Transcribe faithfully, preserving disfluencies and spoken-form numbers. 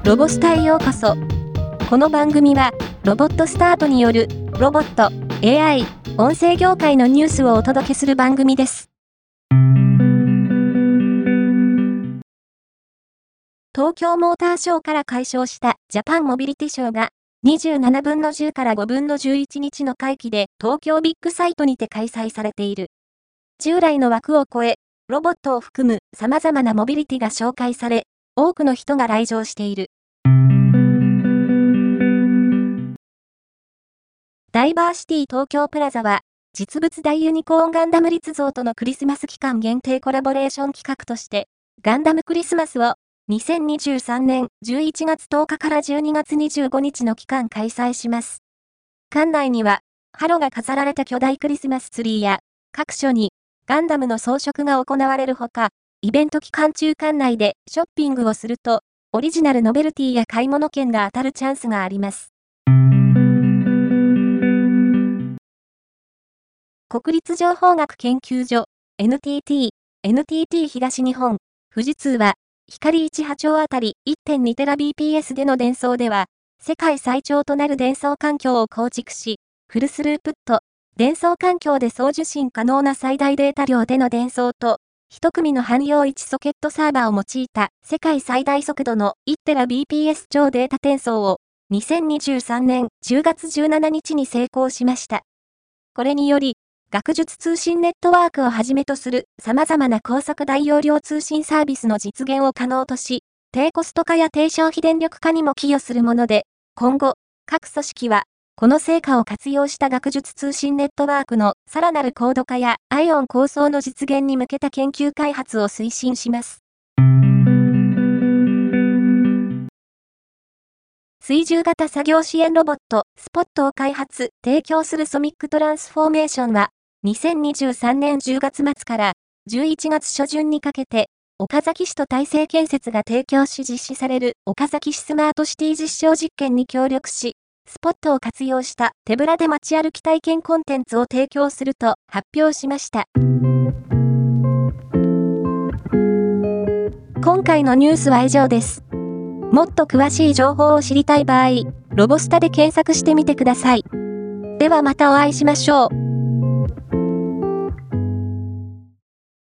ロボスタへようこそ。この番組は、ロボットスタートによる、ロボット、エーアイ、音声業界のニュースをお届けする番組です。東京モーターショーから開賞したジャパンモビリティショーが、にじゅうななぶんのじゅうからごぶんのじゅういちにちの会期で東京ビッグサイトにて開催されている。従来の枠を超え、ロボットを含む様々なモビリティが紹介され、多くの人が来場している。ダイバーシティ東京プラザは、実物大ユニコーンガンダム立像とのクリスマス期間限定コラボレーション企画として、ガンダムクリスマスをにせんにじゅうさんねんじゅういちがつとおかからじゅうにがつにじゅうごにちの期間開催します。館内には、ハロが飾られた巨大クリスマスツリーや、各所にガンダムの装飾が行われるほか、イベント期間中館内でショッピングをすると、オリジナルノベルティや買い物券が当たるチャンスがあります。国立情報学研究所 エヌティーティー、エヌティーティー 東日本、富士通は、光いち波長あたり いってんにテラビーピーエス での伝送では、世界最長となる伝送環境を構築し、フルスループット、伝送環境で送受信可能な最大データ量での伝送と、一組の汎用いちソケットサーバーを用いた世界最大速度の いちテラビーピーエス 超データ転送をにせんにじゅうさんねんじゅうがつじゅうしちにちに成功しました。これにより、学術通信ネットワークをはじめとする様々な高速大容量通信サービスの実現を可能とし、低コスト化や低消費電力化にも寄与するもので、今後、各組織は、この成果を活用した学術通信ネットワークのさらなる高度化やアイオン構想の実現に向けた研究開発を推進します。追従型作業支援ロボット、スポットを開発、提供するソミックトランスフォーメーションは、にせんにじゅうさんねんじゅうがつまつからじゅういちがつしょじゅんにかけて、岡崎市と大成建設が提供し実施される岡崎市スマートシティ実証実験に協力し、スポットを活用した手ぶらで街歩き体験コンテンツを提供すると発表しました。今回のニュースは以上です。もっと詳しい情報を知りたい場合、ロボスタで検索してみてください。ではまたお会いしましょう。